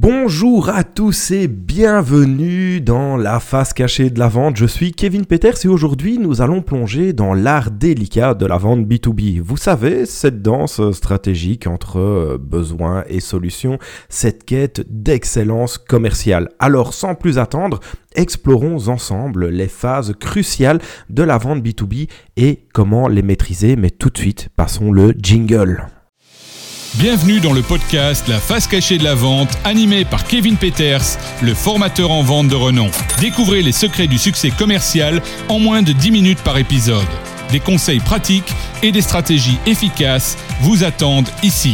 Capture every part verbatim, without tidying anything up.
Bonjour à tous et bienvenue dans la face cachée de la vente. Je suis Kevin Peters et aujourd'hui nous allons plonger dans l'art délicat de la vente B deux B. Vous savez, cette danse stratégique entre besoins et solutions, cette quête d'excellence commerciale. Alors sans plus attendre, explorons ensemble les phases cruciales de la vente B deux B et comment les maîtriser. Mais tout de suite, passons le jingle. Bienvenue dans le podcast La face cachée de la vente, animé par Kevin Peters, le formateur en vente de renom. Découvrez les secrets du succès commercial en moins de dix minutes par épisode. Des conseils pratiques et des stratégies efficaces vous attendent ici.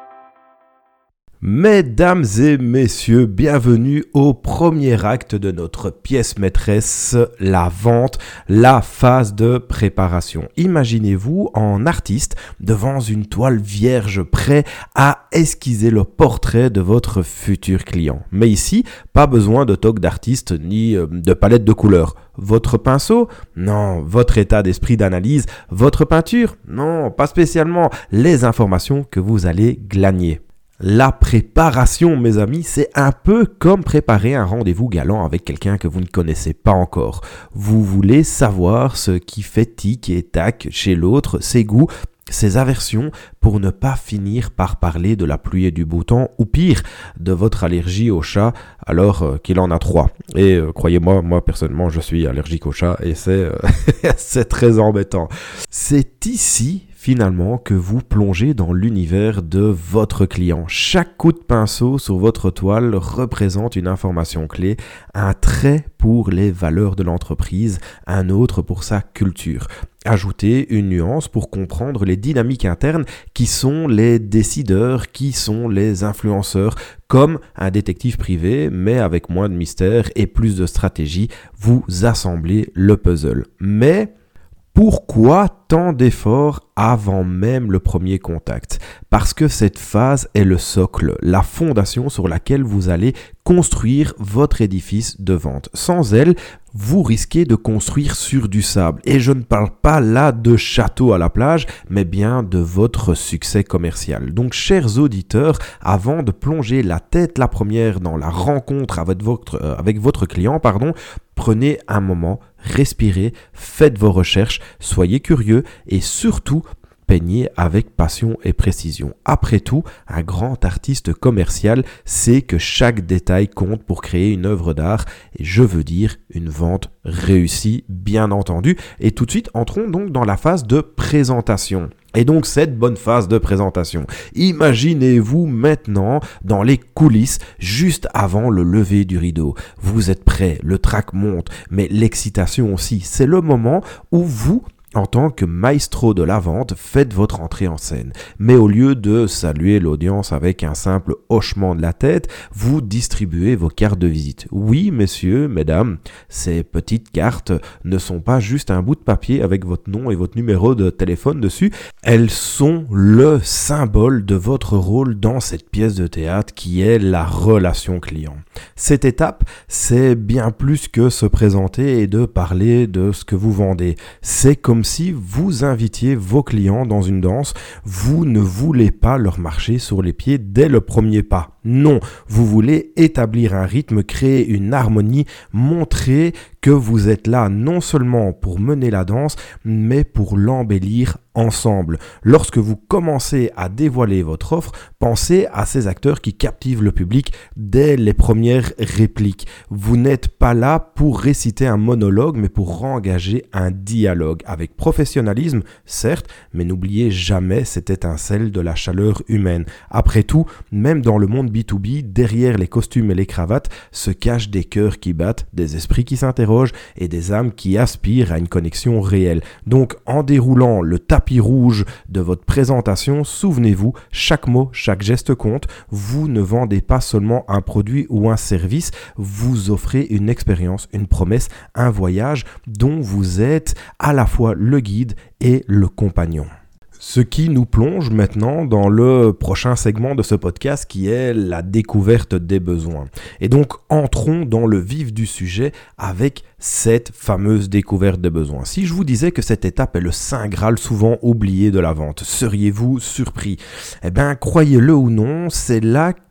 Mesdames et messieurs, bienvenue au premier acte de notre pièce maîtresse, la vente, la phase de préparation. Imaginez-vous en artiste devant une toile vierge prêt à esquisser le portrait de votre futur client. Mais ici, pas besoin de toque d'artiste ni de palette de couleurs. Votre pinceau? Non. Votre état d'esprit d'analyse? Votre peinture? Non, pas spécialement. Les informations que vous allez glaner. La préparation, mes amis, c'est un peu comme préparer un rendez-vous galant avec quelqu'un que vous ne connaissez pas encore. Vous voulez savoir ce qui fait tic et tac chez l'autre, ses goûts, ses aversions, pour ne pas finir par parler de la pluie et du beau temps, ou pire, de votre allergie au chat, alors euh, qu'il en a trois. Et euh, croyez-moi, moi personnellement, je suis allergique au chat et c'est, euh, c'est très embêtant. C'est ici, finalement, que vous plongez dans l'univers de votre client. Chaque coup de pinceau sur votre toile représente une information clé, un trait pour les valeurs de l'entreprise, un autre pour sa culture. Ajoutez une nuance pour comprendre les dynamiques internes qui sont les décideurs, qui sont les influenceurs, comme un détective privé, mais avec moins de mystère et plus de stratégie, vous assemblez le puzzle. Mais pourquoi tant d'efforts avant même le premier contact? Parce que cette phase est le socle, la fondation sur laquelle vous allez construire votre édifice de vente. Sans elle, vous risquez de construire sur du sable. Et je ne parle pas là de château à la plage, mais bien de votre succès commercial. Donc, chers auditeurs, avant de plonger la tête la première dans la rencontre avec votre, euh, avec votre client, pardon, prenez un moment, respirez, faites vos recherches, soyez curieux et surtout, peignez avec passion et précision. Après tout, un grand artiste commercial sait que chaque détail compte pour créer une œuvre d'art et je veux dire une vente réussie, bien entendu. Et tout de suite, entrons donc dans la phase de présentation. Et donc cette bonne phase de présentation, imaginez-vous maintenant dans les coulisses juste avant le lever du rideau. Vous êtes prêts, le trac monte, mais l'excitation aussi. C'est le moment où vous, en tant que maestro de la vente, faites votre entrée en scène. Mais au lieu de saluer l'audience avec un simple hochement de la tête, vous distribuez vos cartes de visite. Oui, messieurs, mesdames, ces petites cartes ne sont pas juste un bout de papier avec votre nom et votre numéro de téléphone dessus. Elles sont le symbole de votre rôle dans cette pièce de théâtre qui est la relation client. Cette étape, c'est bien plus que se présenter et de parler de ce que vous vendez. C'est comme si vous invitiez vos clients dans une danse, vous ne voulez pas leur marcher sur les pieds dès le premier pas. Non, vous voulez établir un rythme, créer une harmonie, montrer que vous êtes là non seulement pour mener la danse, mais pour l'embellir ensemble. Lorsque vous commencez à dévoiler votre offre, pensez à ces acteurs qui captivent le public dès les premières répliques. Vous n'êtes pas là pour réciter un monologue, mais pour engager un dialogue avec professionnalisme, certes, mais n'oubliez jamais cette étincelle de la chaleur humaine. Après tout, même dans le monde B deux B, derrière les costumes et les cravates, se cachent des cœurs qui battent, des esprits qui s'interrogent et des âmes qui aspirent à une connexion réelle. Donc, en déroulant le tapis rouge de votre présentation, souvenez-vous, chaque mot, chaque geste compte. Vous ne vendez pas seulement un produit ou un service, vous offrez une expérience, une promesse, un voyage dont vous êtes à la fois le guide et le compagnon. Ce qui nous plonge maintenant dans le prochain segment de ce podcast qui est la découverte des besoins. Et donc, entrons dans le vif du sujet avec cette fameuse découverte des besoins. Si je vous disais que cette étape est le saint graal souvent oublié de la vente, seriez-vous surpris? Eh bien, croyez-le ou non, c'est là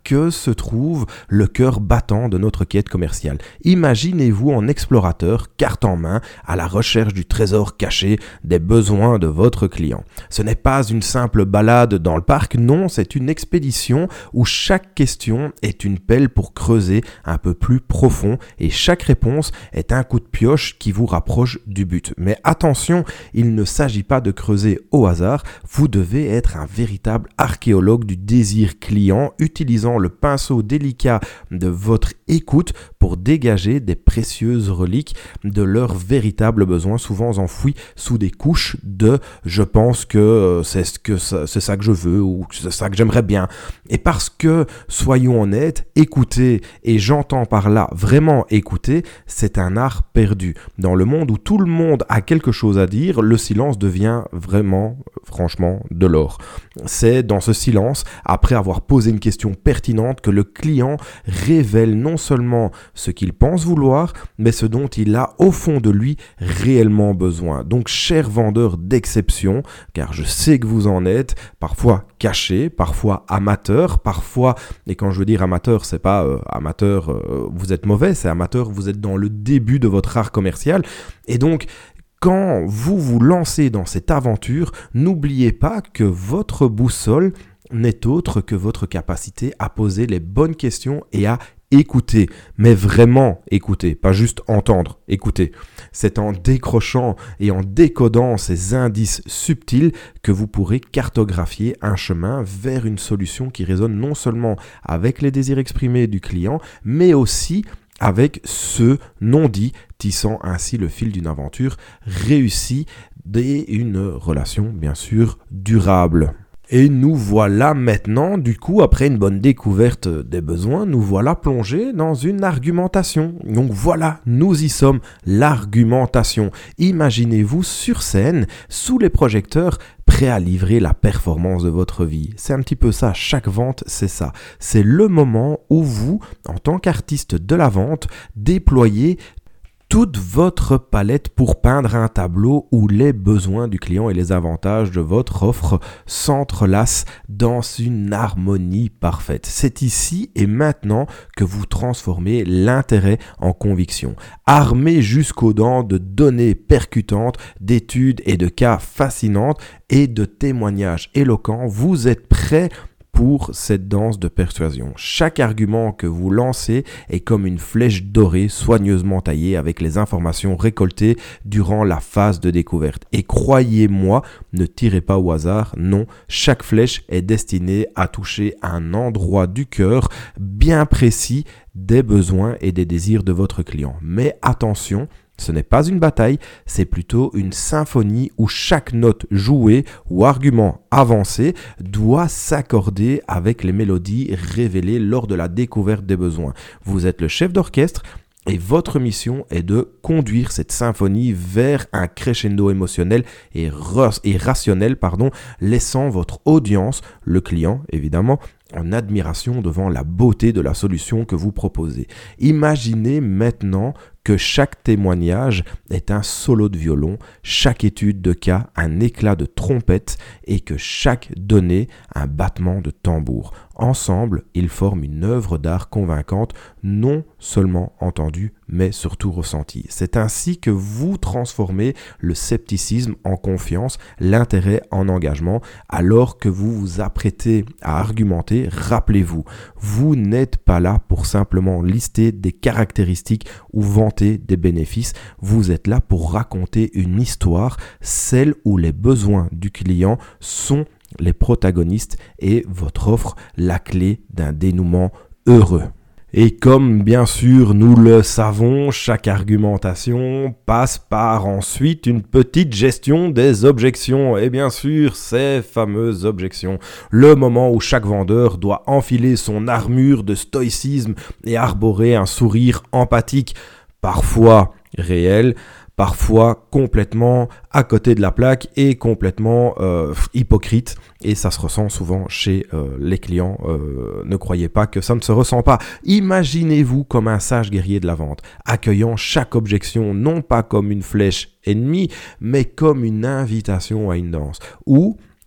que se trouve le cœur battant de notre quête commerciale. Imaginez-vous en explorateur, carte en main, à la recherche du trésor caché des besoins de votre client. Ce n'est pas une simple balade dans le parc, non, c'est une expédition où chaque question est une pelle pour creuser un peu plus profond et chaque réponse est un coup de pioche qui vous rapproche du but. Mais attention, il ne s'agit pas de creuser au hasard, vous devez être un véritable archéologue du désir client, utilisant le pinceau délicat de votre écoute pour dégager des précieuses reliques de leurs véritables besoins, souvent enfouis sous des couches de « je pense que c'est, ce que ça, c'est ça que je veux » ou « c'est ça que j'aimerais bien ». Et parce que, soyons honnêtes, écouter, et j'entends par là vraiment écouter, c'est un art perdu. Dans le monde où tout le monde a quelque chose à dire, le silence devient vraiment, franchement, de l'or. C'est dans ce silence, après avoir posé une question pertinente, que le client révèle non seulement ce qu'il pense vouloir, mais ce dont il a au fond de lui réellement besoin. Donc, chers vendeurs d'exception, car je sais que vous en êtes, parfois cachés, parfois amateurs, parfois, et quand je veux dire amateur, c'est pas euh, amateur, euh, vous êtes mauvais, c'est amateur, vous êtes dans le début de votre art commercial, et donc, quand vous vous lancez dans cette aventure, n'oubliez pas que votre boussole n'est autre que votre capacité à poser les bonnes questions et à écouter, mais vraiment écouter, pas juste entendre, écouter. C'est en décrochant et en décodant ces indices subtils que vous pourrez cartographier un chemin vers une solution qui résonne non seulement avec les désirs exprimés du client, mais aussi avec ceux non dits, tissant ainsi le fil d'une aventure réussie et une relation bien sûr durable. Et nous voilà maintenant, du coup, après une bonne découverte des besoins, nous voilà plongés dans une argumentation. Donc voilà, nous y sommes, l'argumentation. Imaginez-vous sur scène, sous les projecteurs, prêt à livrer la performance de votre vie. C'est un petit peu ça, chaque vente, c'est ça. C'est le moment où vous, en tant qu'artiste de la vente, déployez toute votre palette pour peindre un tableau où les besoins du client et les avantages de votre offre s'entrelacent dans une harmonie parfaite. C'est ici et maintenant que vous transformez l'intérêt en conviction. Armé jusqu'aux dents de données percutantes, d'études et de cas fascinantes et de témoignages éloquents, vous êtes prêt pour cette danse de persuasion. Chaque argument que vous lancez est comme une flèche dorée soigneusement taillée avec les informations récoltées durant la phase de découverte. Et croyez-moi, ne tirez pas au hasard, non, chaque flèche est destinée à toucher un endroit du cœur bien précis des besoins et des désirs de votre client. Mais attention, ce n'est pas une bataille, c'est plutôt une symphonie où chaque note jouée ou argument avancé doit s'accorder avec les mélodies révélées lors de la découverte des besoins. Vous êtes le chef d'orchestre et votre mission est de conduire cette symphonie vers un crescendo émotionnel et, ra- et rationnel, pardon, laissant votre audience, le client évidemment, en admiration devant la beauté de la solution que vous proposez. Imaginez maintenant que chaque témoignage est un solo de violon, chaque étude de cas un éclat de trompette et que chaque donnée un battement de tambour. Ensemble, ils forment une œuvre d'art convaincante, non seulement entendue, mais surtout ressentie. C'est ainsi que vous transformez le scepticisme en confiance, l'intérêt en engagement, alors que vous vous apprêtez à argumenter. Rappelez-vous, vous n'êtes pas là pour simplement lister des caractéristiques ou vanter des bénéfices. Vous êtes là pour raconter une histoire, celle où les besoins du client sont les protagonistes et votre offre la clé d'un dénouement heureux. Et comme bien sûr nous le savons, chaque argumentation passe par ensuite une petite gestion des objections. Et bien sûr, ces fameuses objections. Le moment où chaque vendeur doit enfiler son armure de stoïcisme et arborer un sourire empathique, parfois réel, parfois complètement à côté de la plaque et complètement euh, hypocrite. Et ça se ressent souvent chez euh, les clients. Euh, ne croyez pas que ça ne se ressent pas. Imaginez-vous comme un sage guerrier de la vente, accueillant chaque objection non pas comme une flèche ennemie, mais comme une invitation à une danse. Ou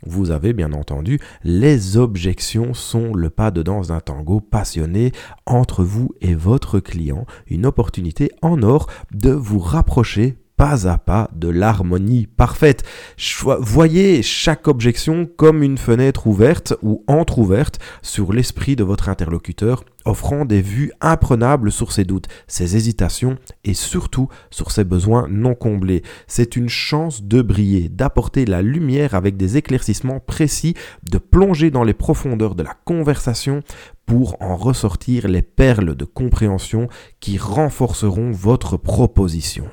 vous avez bien entendu, les objections sont le pas de danse d'un tango passionné entre vous et votre client, une opportunité en or de vous rapprocher pas à pas de l'harmonie parfaite. Cho- voyez chaque objection comme une fenêtre ouverte ou entrouverte sur l'esprit de votre interlocuteur, offrant des vues imprenables sur ses doutes, ses hésitations et surtout sur ses besoins non comblés. C'est une chance de briller, d'apporter la lumière avec des éclaircissements précis, de plonger dans les profondeurs de la conversation pour en ressortir les perles de compréhension qui renforceront votre proposition.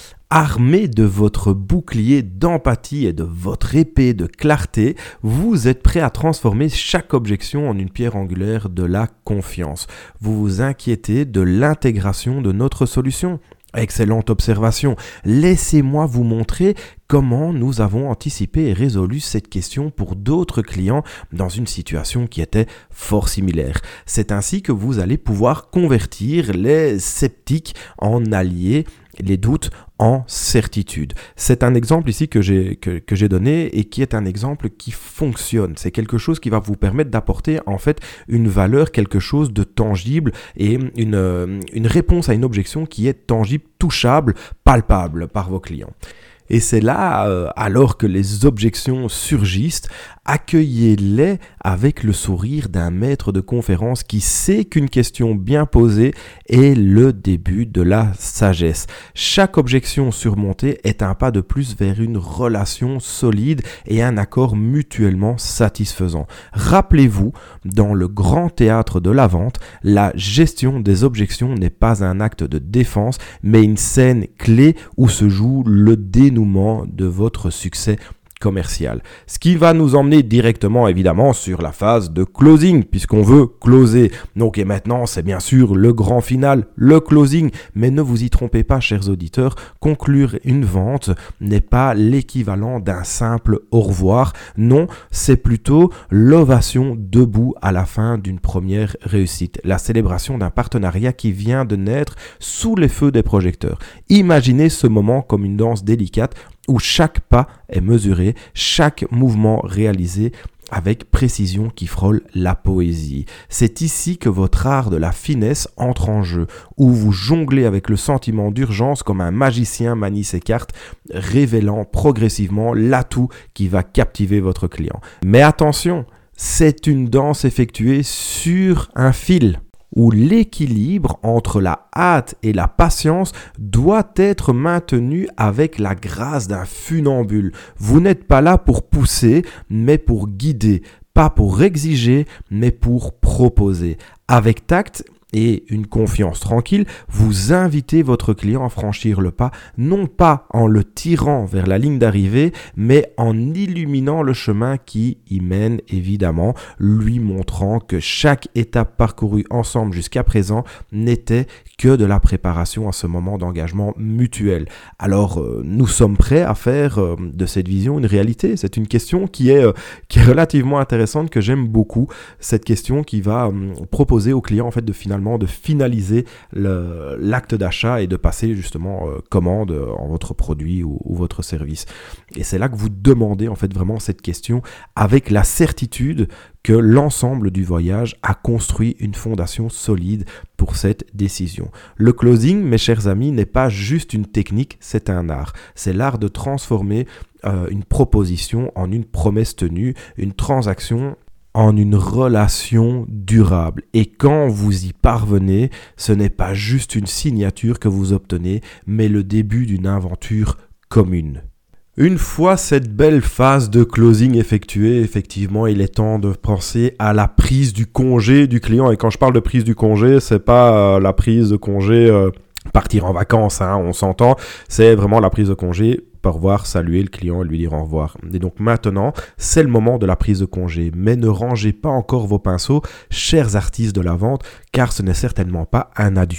Armé de votre bouclier d'empathie et de votre épée de clarté, vous êtes prêt à transformer chaque objection en une pierre angulaire de la confiance. Vous vous inquiétez de l'intégration de notre solution. Excellente observation. Laissez-moi vous montrer comment nous avons anticipé et résolu cette question pour d'autres clients dans une situation qui était fort similaire. C'est ainsi que vous allez pouvoir convertir les sceptiques en alliés, les doutes en certitude. C'est un exemple ici que j'ai, que, que j'ai donné et qui est un exemple qui fonctionne. C'est quelque chose qui va vous permettre d'apporter en fait une valeur, quelque chose de tangible et une, une réponse à une objection qui est tangible, touchable, palpable par vos clients. Et c'est là, euh, alors que les objections surgissent, accueillez-les avec le sourire d'un maître de conférence qui sait qu'une question bien posée est le début de la sagesse. Chaque objection surmontée est un pas de plus vers une relation solide et un accord mutuellement satisfaisant. Rappelez-vous, dans le grand théâtre de la vente, la gestion des objections n'est pas un acte de défense, mais une scène clé où se joue le dénouement de votre succès commercial. Ce qui va nous emmener directement évidemment sur la phase de closing puisqu'on veut closer. Donc et maintenant c'est bien sûr le grand final, le closing. Mais ne vous y trompez pas chers auditeurs, conclure une vente n'est pas l'équivalent d'un simple au revoir. Non, c'est plutôt l'ovation debout à la fin d'une première réussite. La célébration d'un partenariat qui vient de naître sous les feux des projecteurs. Imaginez ce moment comme une danse délicate où chaque pas est mesuré, chaque mouvement réalisé avec précision qui frôle la poésie. C'est ici que votre art de la finesse entre en jeu, où vous jonglez avec le sentiment d'urgence comme un magicien manie ses cartes, révélant progressivement l'atout qui va captiver votre client. Mais attention, c'est une danse effectuée sur un fil, où l'équilibre entre la hâte et la patience doit être maintenu avec la grâce d'un funambule. Vous n'êtes pas là pour pousser, mais pour guider, pas pour exiger, mais pour proposer. Avec tact et une confiance tranquille, vous invitez votre client à franchir le pas, non pas en le tirant vers la ligne d'arrivée, mais en illuminant le chemin qui y mène évidemment, lui montrant que chaque étape parcourue ensemble jusqu'à présent n'était que de la préparation à ce moment d'engagement mutuel. Alors, euh, nous sommes prêts à faire euh, de cette vision une réalité. C'est une question qui est, euh, qui est relativement intéressante, que j'aime beaucoup. Cette question qui va euh, proposer au client en fait de finalement de finaliser le, l'acte d'achat et de passer justement euh, commande en votre produit ou, ou votre service. Et c'est là que vous demandez en fait vraiment cette question avec la certitude que l'ensemble du voyage a construit une fondation solide pour cette décision. Le closing, mes chers amis, n'est pas juste une technique, c'est un art. C'est l'art de transformer euh, une proposition en une promesse tenue, une transaction en une relation durable. Et quand vous y parvenez, ce n'est pas juste une signature que vous obtenez, mais le début d'une aventure commune. Une fois cette belle phase de closing effectuée, effectivement, il est temps de penser à la prise du congé du client. Et quand je parle de prise du congé, c'est pas euh, la prise de congé euh, partir en vacances, hein, on s'entend. C'est vraiment la prise de congé, au revoir, saluer le client et lui dire au revoir. Et donc maintenant, c'est le moment de la prise de congé. Mais ne rangez pas encore vos pinceaux, chers artistes de la vente, car ce n'est certainement pas un adieu.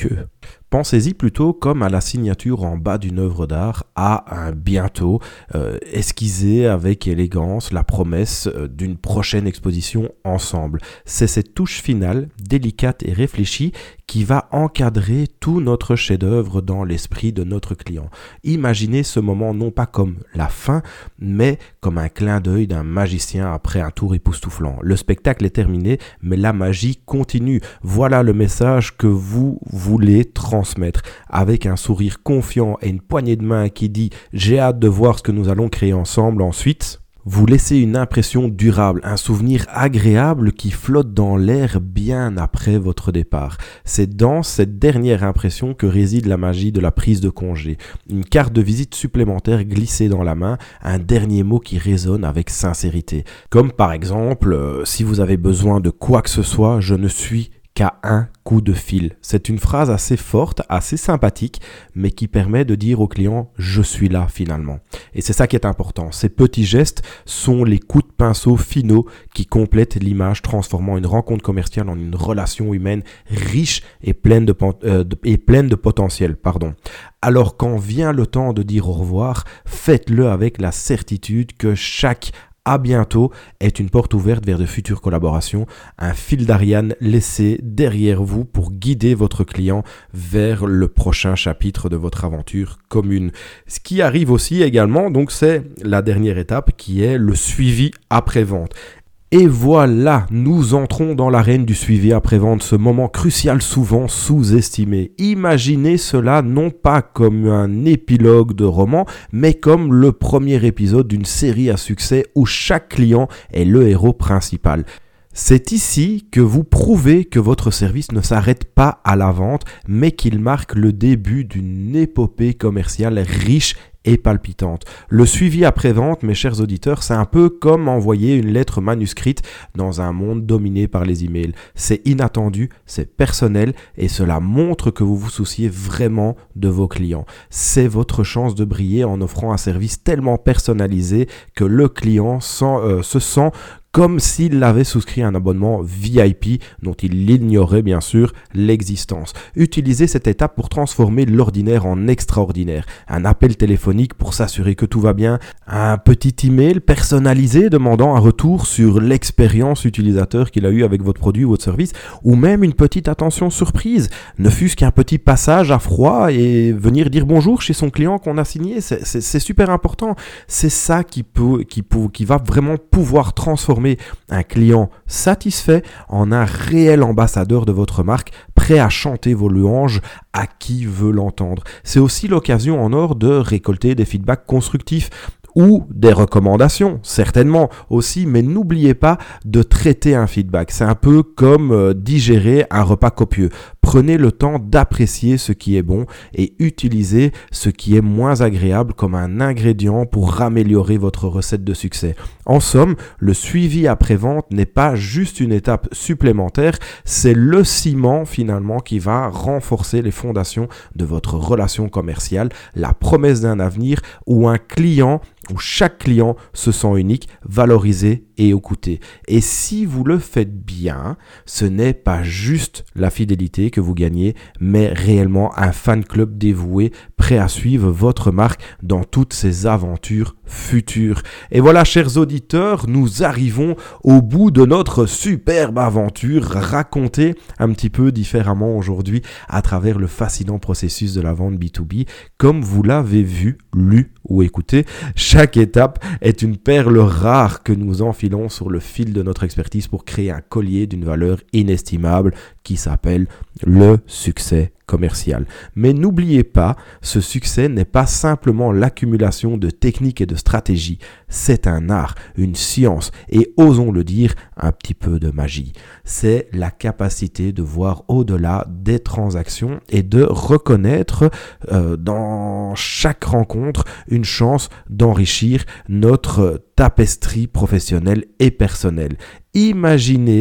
Pensez-y plutôt comme à la signature en bas d'une œuvre d'art, à un bientôt, euh, esquissé avec élégance la promesse euh, d'une prochaine exposition ensemble. C'est cette touche finale, délicate et réfléchie, qui va encadrer tout notre chef-d'œuvre dans l'esprit de notre client. Imaginez ce moment non pas comme la fin, mais comme un clin d'œil d'un magicien après un tour époustouflant. Le spectacle est terminé, mais la magie continue. Voilà le message que vous voulez transmettre, avec un sourire confiant et une poignée de main qui dit « J'ai hâte de voir ce que nous allons créer ensemble ensuite ». Vous laissez une impression durable, un souvenir agréable qui flotte dans l'air bien après votre départ. C'est dans cette dernière impression que réside la magie de la prise de congé. Une carte de visite supplémentaire glissée dans la main, un dernier mot qui résonne avec sincérité. Comme par exemple, euh, si vous avez besoin de quoi que ce soit, je ne suis qu'à un coup de fil. C'est une phrase assez forte, assez sympathique, mais qui permet de dire au client « je suis là » finalement. Et c'est ça qui est important. Ces petits gestes sont les coups de pinceau finaux qui complètent l'image, transformant une rencontre commerciale en une relation humaine riche et pleine de, euh, de, et pleine de potentiel. Pardon. Alors quand vient le temps de dire au revoir, faites-le avec la certitude que chaque à bientôt est une porte ouverte vers de futures collaborations, un fil d'Ariane laissé derrière vous pour guider votre client vers le prochain chapitre de votre aventure commune. Ce qui arrive aussi également, donc c'est la dernière étape qui est le suivi après-vente. Et voilà, nous entrons dans l'arène du suivi après-vente, ce moment crucial souvent sous-estimé. Imaginez cela non pas comme un épilogue de roman, mais comme le premier épisode d'une série à succès où chaque client est le héros principal. C'est ici que vous prouvez que votre service ne s'arrête pas à la vente, mais qu'il marque le début d'une épopée commerciale riche et palpitante. Le suivi après-vente, mes chers auditeurs, c'est un peu comme envoyer une lettre manuscrite dans un monde dominé par les emails. C'est inattendu, c'est personnel et cela montre que vous vous souciez vraiment de vos clients. C'est votre chance de briller en offrant un service tellement personnalisé que le client sent, euh, se sent comme s'il avait souscrit un abonnement V I P dont il ignorait bien sûr l'existence. Utilisez cette étape pour transformer l'ordinaire en extraordinaire. Un appel téléphonique pour s'assurer que tout va bien, un petit email personnalisé demandant un retour sur l'expérience utilisateur qu'il a eu avec votre produit ou votre service, ou même une petite attention surprise, ne fût-ce qu'un petit passage à froid et venir dire bonjour chez son client qu'on a signé, c'est, c'est, c'est super important. C'est ça qui peut, qui peut, qui va vraiment pouvoir transformer un client satisfait en un réel ambassadeur de votre marque, prêt à chanter vos louanges à qui veut l'entendre. C'est aussi l'occasion en or de récolter des feedbacks constructifs ou des recommandations, certainement aussi, mais n'oubliez pas de traiter un feedback. C'est un peu comme euh, digérer un repas copieux. Prenez le temps d'apprécier ce qui est bon et utilisez ce qui est moins agréable comme un ingrédient pour améliorer votre recette de succès. En somme, le suivi après-vente n'est pas juste une étape supplémentaire, c'est le ciment finalement qui va renforcer les fondations de votre relation commerciale, la promesse d'un avenir où un client où chaque client se sent unique, valorisé et écouté. Et si vous le faites bien, ce n'est pas juste la fidélité que vous gagnez, mais réellement un fan club dévoué, prêt à suivre votre marque dans toutes ses aventures futures. Et voilà, chers auditeurs, nous arrivons au bout de notre superbe aventure, racontée un petit peu différemment aujourd'hui à travers le fascinant processus de la vente B deux B. Comme vous l'avez vu, lu ou écouté, chaque étape est une perle rare que nous enfilons sur le fil de notre expertise pour créer un collier d'une valeur inestimable qui s'appelle le succès commercial. Mais n'oubliez pas, ce succès n'est pas simplement l'accumulation de techniques et de stratégies. C'est un art, une science et, osons le dire, un petit peu de magie. C'est la capacité de voir au-delà des transactions et de reconnaître euh, dans chaque rencontre une chance d'enrichir notre tapisserie professionnelle et personnelle. Imaginez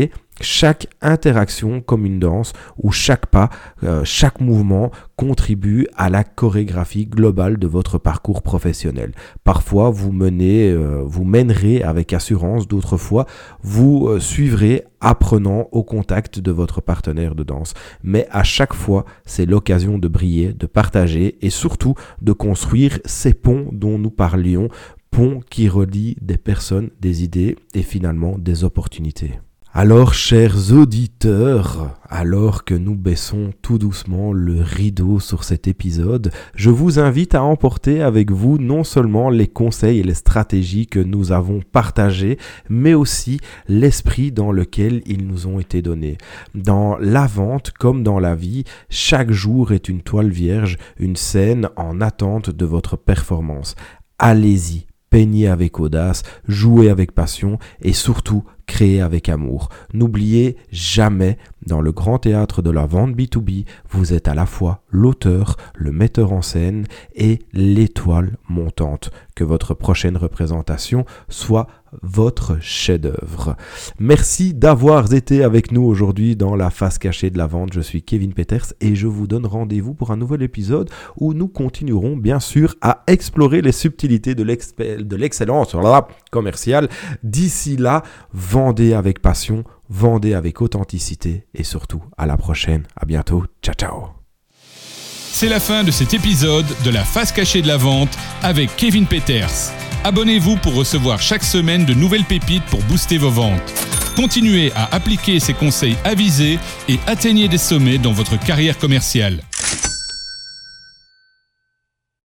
Chaque interaction comme une danse où chaque pas, euh, chaque mouvement contribue à la chorégraphie globale de votre parcours professionnel. Parfois, vous menez, euh, vous mènerez avec assurance, d'autres fois, vous euh, suivrez apprenant au contact de votre partenaire de danse. Mais à chaque fois, c'est l'occasion de briller, de partager et surtout de construire ces ponts dont nous parlions, ponts qui relient des personnes, des idées et finalement des opportunités. Alors, chers auditeurs, alors que nous baissons tout doucement le rideau sur cet épisode, je vous invite à emporter avec vous non seulement les conseils et les stratégies que nous avons partagés, mais aussi l'esprit dans lequel ils nous ont été donnés. Dans la vente comme dans la vie, chaque jour est une toile vierge, une scène en attente de votre performance. Allez-y, peignez avec audace, jouez avec passion et surtout, créez avec amour. N'oubliez jamais, dans le grand théâtre de la vente B deux B, vous êtes à la fois l'auteur, le metteur en scène et l'étoile montante. Que votre prochaine représentation soit votre chef-d'œuvre. Merci d'avoir été avec nous aujourd'hui dans la face cachée de la vente. Je suis Kevin Peters et je vous donne rendez-vous pour un nouvel épisode où nous continuerons bien sûr à explorer les subtilités de, de l'excellence commerciale. D'ici là, vendez avec passion, vendez avec authenticité et surtout à la prochaine. À bientôt. Ciao ciao. C'est la fin de cet épisode de la face cachée de la vente avec Kevin Peters. Abonnez-vous pour recevoir chaque semaine de nouvelles pépites pour booster vos ventes. Continuez à appliquer ces conseils avisés et atteignez des sommets dans votre carrière commerciale.